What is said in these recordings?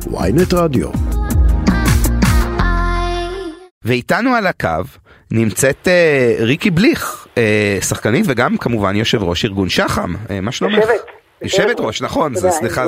ynet רדיו. ואיתנו על הקו נמצאת ריקי בליך, שחקנית וגם כמובן יושב ראש ארגון שחם. מה שלומך? יושבת ראש, נכון, סליחה,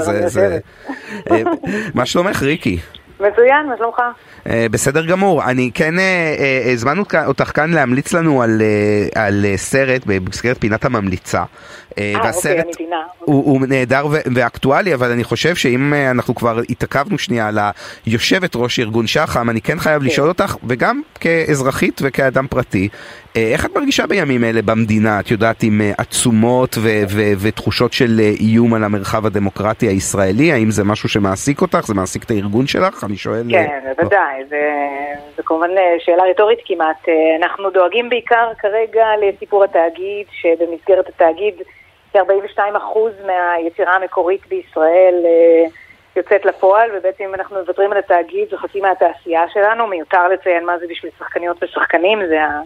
מה שלומך ריקי? מצוין, מה שלומך? בסדר גמור. אני כן הזמנו אותך כאן להמליץ לנו על סרט במסגרת פינת הממליצה. והסרט הוא נהדר ואקטואלי, אבל אני חושב שאם אנחנו כבר התעכבנו שנייה על היושבת ראש ארגון שחם, אני כן חייב לשאול אותך, וגם כאזרחית וכאדם פרטי, איך את מרגישה בימים אלה במדינה? את יודעת, עם עצומות ותחושות של איום על המרחב הדמוקרטי הישראלי? האם זה משהו שמעסיק אותך? זה מעסיק את הארגון שלך? אני שואל... כן, בוודאי. זה כמובן שאלה רטורית כמעט. אנחנו דואגים בעיקר כרגע לסיפור התאגיד, שבמסגרת התאגיד 42% מהיצירה המקורית בישראל יוצאת לפועל, ובעצם אם אנחנו מוותרים על התאגיד, זו חצי מהתעשייה שלנו. מיותר לציין מה זה בשביל שחקניות ושחקנים,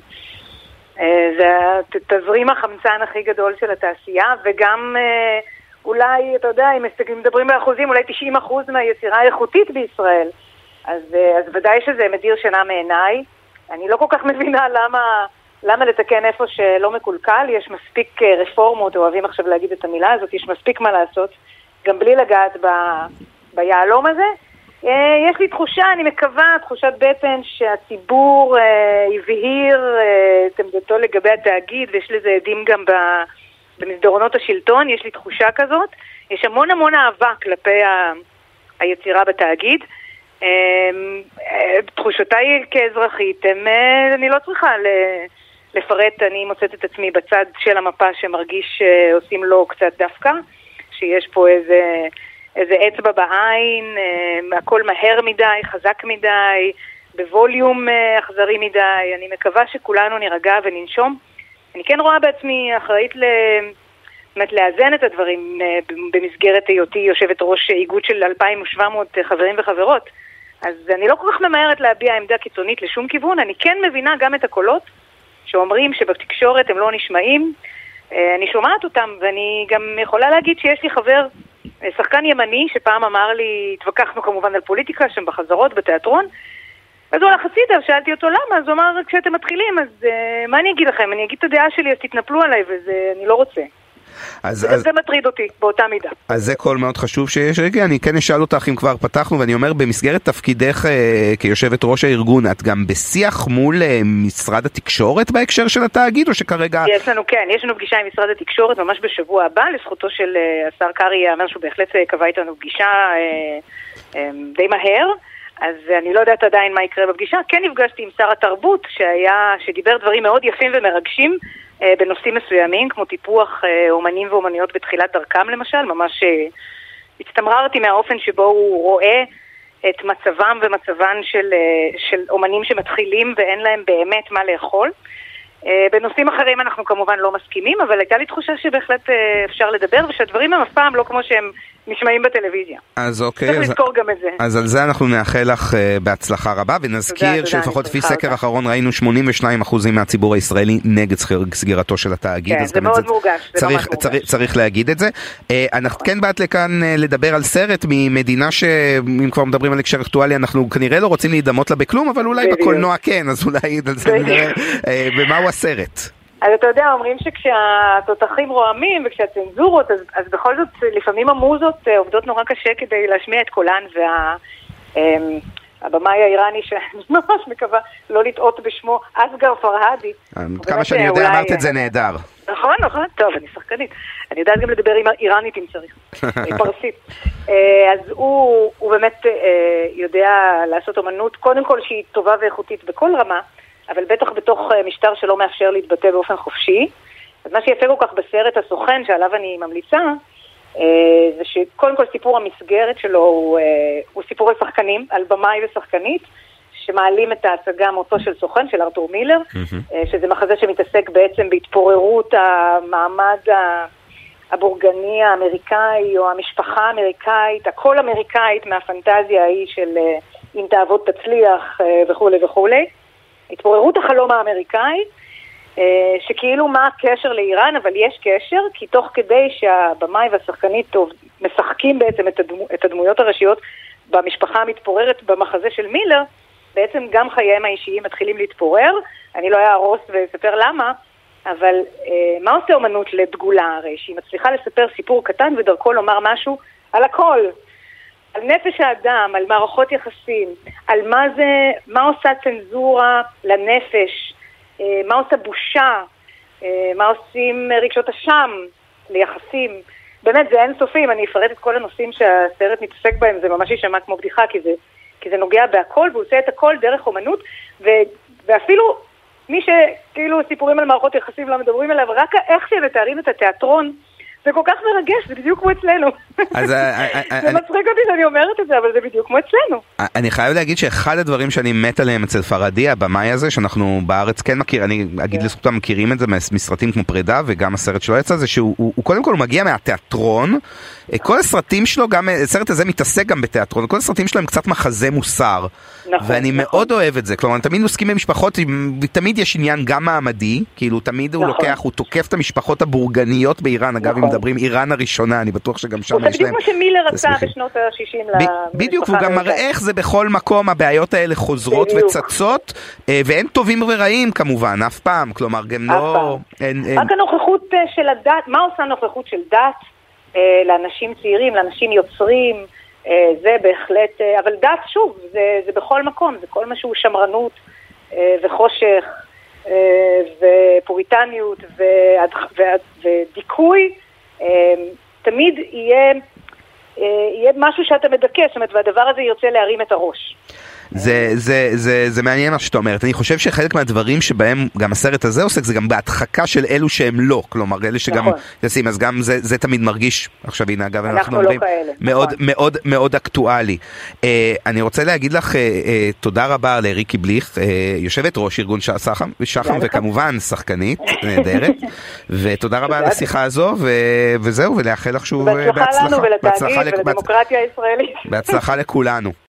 זה תזרים החמצן הכי גדול של התעשייה, וגם אולי, אתה יודע, אם מדברים באחוזים, אולי 90% מהיצירה האיכותית בישראל. אז ודאי שזה מדיר שינה מעיניי. אני לא כל כך מבינה למה לתקן איפה שלא מקולקל. יש מספיק רפורמות, אוהבים עכשיו להגיד את המילה הזאת, יש מספיק מה לעשות, גם בלי לגעת ביעלום הזה. יש לי תחושה, אני מקווה, תחושת בטן שהציבור הבהיר את עמדתו לגבי התאגיד, ויש לזה עדים גם במסדרונות השלטון. יש לי תחושה כזאת. יש המון אהבה כלפי היצירה בתאגיד. תחושותיי כאזרחית, אני לא צריכה לפרט, אני מוצאת את עצמי בצד של המפה שמרגיש שעושים לו קצת דווקא, שיש פה איזה אצבע בעין, הכל מהר מדי, חזק מדי, בווליום אכזרי מדי. אני מקווה שכולנו נרגע וננשום. אני כן רואה בעצמי אחראית לאזן את הדברים במסגרת היותי יושבת ראש איגוד של 2,700 חברים וחברות. אז אני לא כל כך ממהרת להביע עמדה קיצונית לשום כיוון. אני כן מבינה גם את הקולות שאומרים שבתקשורת הם לא נשמעים. אני שומעת אותם, ואני גם יכולה להגיד שיש לי חבר, שחקן ימני, שפעם אמר לי, התווכחנו כמובן על פוליטיקה, שם בחזרות, בתיאטרון, אז הוא הלך הצידה, שאלתי אותו למה, אז הוא אמר, כשאתם מתחילים, אז מה אני אגיד לכם? אני אגיד את הדעה שלי, אז תתנפלו עליי, ואני לא רוצה. זה מטריד אותי באותה מידה. אז זה קול מאוד חשוב שיש. רגע, אני כן אשאל אותך אם כבר פתחנו, ואני אומר, במסגרת תפקידך כיושבת ראש הארגון, את גם בשיח מול משרד התקשורת בהקשר של התאגיד, או שכרגע... יש לנו פגישה עם משרד התקשורת ממש בשבוע הבא, לזכותו של השר קרי, יאמר שהוא בהחלט קבע איתנו פגישה די מהר, אז אני לא יודעת עדיין מה יקרה בפגישה. כן נפגשתי עם שר התרבות, שדיבר דברים מאוד יפים ומרגשים, בנושאים מסוימים, כמו טיפוח אומנים ואומניות בתחילת דרכם למשל. ממש הצטמררתי מהאופן שבו הוא רואה את מצבם ומצבן של אומנים שמתחילים ואין להם באמת מה לאכול. בנושאים אחרים אנחנו כמובן לא מסכימים, אבל הייתה לי תחושה שבהחלט אפשר לדבר, ושהדברים הם אף פעם לא כמו שהם נשמעים בטלוויזיה. אז אוקיי. צריך לזכור גם את זה. אז על זה אנחנו נאחל לך בהצלחה רבה, ונזכיר שלפחות לפי סקר אחרון ראינו 82% מהציבור הישראלי נגד סגירתו של התאגיד. כן, זה מאוד מורגש. צריך להגיד את זה. אנחנו כן באת לכאן לדבר על סרט ממדינה שאם כבר מדברים על הקשר אקטואלי, אנחנו כנראה לא רוצים להידמות לה בכלום, אבל אולי בקולנוע כן, אז אולי נראה ומהו הסרט. אז אתה יודע, אומרים שכשהתותחים רועמים וכשהצנזורות, אז בכל זאת לפעמים המוזות עובדות נורא קשה כדי להשמיע את קולן, והבמאי האיראני שאני ממש מקווה לא לטעות בשמו, אסגר פרהדי. כמה שאני יודע, אמרת את זה נהדר. נכון, טוב, אני שחקנית. אני יודעת גם לדבר עם איראנית אם צריך, עם פרסית. אז הוא באמת יודע לעשות אומנות, קודם כל שהיא טובה ואיכותית בכל רמה, אבל בטח בתוך משטר שלא מאפשר להתבטא באופן חופשי. אז מה שיפה כל כך בסרט הסוכן, שעליו אני ממליצה, זה שקודם כל סיפור המסגרת שלו הוא סיפור על שחקנים, על במאי ושחקנית, שמעלים את ההצגה מותו של סוכן, של ארתור מילר, שזה מחזה שמתעסק בעצם בהתפוררות המעמד הבורגני האמריקאי, או המשפחה האמריקאית, הכל אמריקאית מהפנטזיה ההיא של אם תעבוד תצליח וכו' וכו'. התפוררות החלום האמריקאי, שכאילו מה הקשר לאיראן, אבל יש קשר, כי תוך כדי שהבמאי והשחקנית משחקים בעצם את הדמויות הראשיות במשפחה המתפוררת במחזה של מילר, בעצם גם חייהם האישיים מתחילים להתפורר. אני לא אהרוס ואספר למה, אבל מה עושה אומנות לדגולה? הרי שהיא מצליחה לספר סיפור קטן ודרכו לומר משהו על הכל. על נפש האדם, על מערכות יחסים, על מה עושה צנזורה לנפש, מה עושה בושה, מה עושים רגשות אשם ליחסים. באמת זה אינסופי, אם אני אפרט את כל הנושאים שהסרט מתעסק בהם, זה ממש יישמע כמו בדיחה, כי זה נוגע בהכל, והוא עושה את הכל דרך אומנות, ואפילו מי שכאילו סיפורים על מערכות יחסים לא מדברים עליו, רק איך שהם מתארים את התיאטרון, זה כל כך מרגש, זה בדיוק כמו אצלנו. זה מצחיק אותי שאני אומרת את זה, אבל זה בדיוק כמו אצלנו. אני חייב להגיד שאחד הדברים שאני מת עליהם אצל פרדי, הבמאי הזה, שאנחנו בארץ כן מכיר, אני אגיד לזכותם, מכירים את זה מסרטים כמו פרידה, וגם הסרט שלו יצא, זה שהוא קודם כל מגיע מהתיאטרון, כל הסרטים שלו, גם הסרט הזה מתעסק גם בתיאטרון, כל הסרטים שלו הם קצת מחזה מוסר, ואני מאוד אוהב את זה, כלומר, אני תמיד מסכים במשפחות, תמיד יש עניין גם מעמדי, כאילו תמיד הוא לוקח, הוא תוקף את המשפחות הבורגניות באיראן, אגב, אם מדברים איראן הראשונה, אני בטוח שגם שם יש להם. זה בדיוק כמו שמילר רצה בשנות ה-60 בדיוק, הוא גם מראה איך זה בכל מקום, הבעיות האלה חוזרות וצצות, ואין טובים ורעים כמובן, אף פעם, כלומר, גם לא... רק הנוכחות של הדת, מה עושה הנוכחות של דת לאנשים צעירים, לאנשים יוצרים, זה בהחלט, אבל דת שוב, זה בכל מקום, זה כל משהו שמרנות וחושך ופוריטניות ודיכוי, תמיד יהיה משהו שאתה מדכא, זאת אומרת, והדבר הזה יוצא להרים את הראש. זה מעניין מה שאתה אומרת. אני חושב שחלק מהדברים שבהם גם הסרט הזה עוסק, זה גם בהדחקה של אלו שהם לא, כלומר, אלה שגם ישים, אז גם זה תמיד מרגיש, עכשיו הנה, אגב, אנחנו אומרים, מאוד מאוד אקטואלי. אני רוצה להגיד לך תודה רבה לריקי בליך, יושבת ראש ארגון שחם, וכמובן שחקנית נהדרת, ותודה רבה על השיחה הזו, וזהו, ולאחל לך שוב בהצלחה לנו ולתאגיד ולדמוקרטיה הישראלית. בהצלחה לכולנו.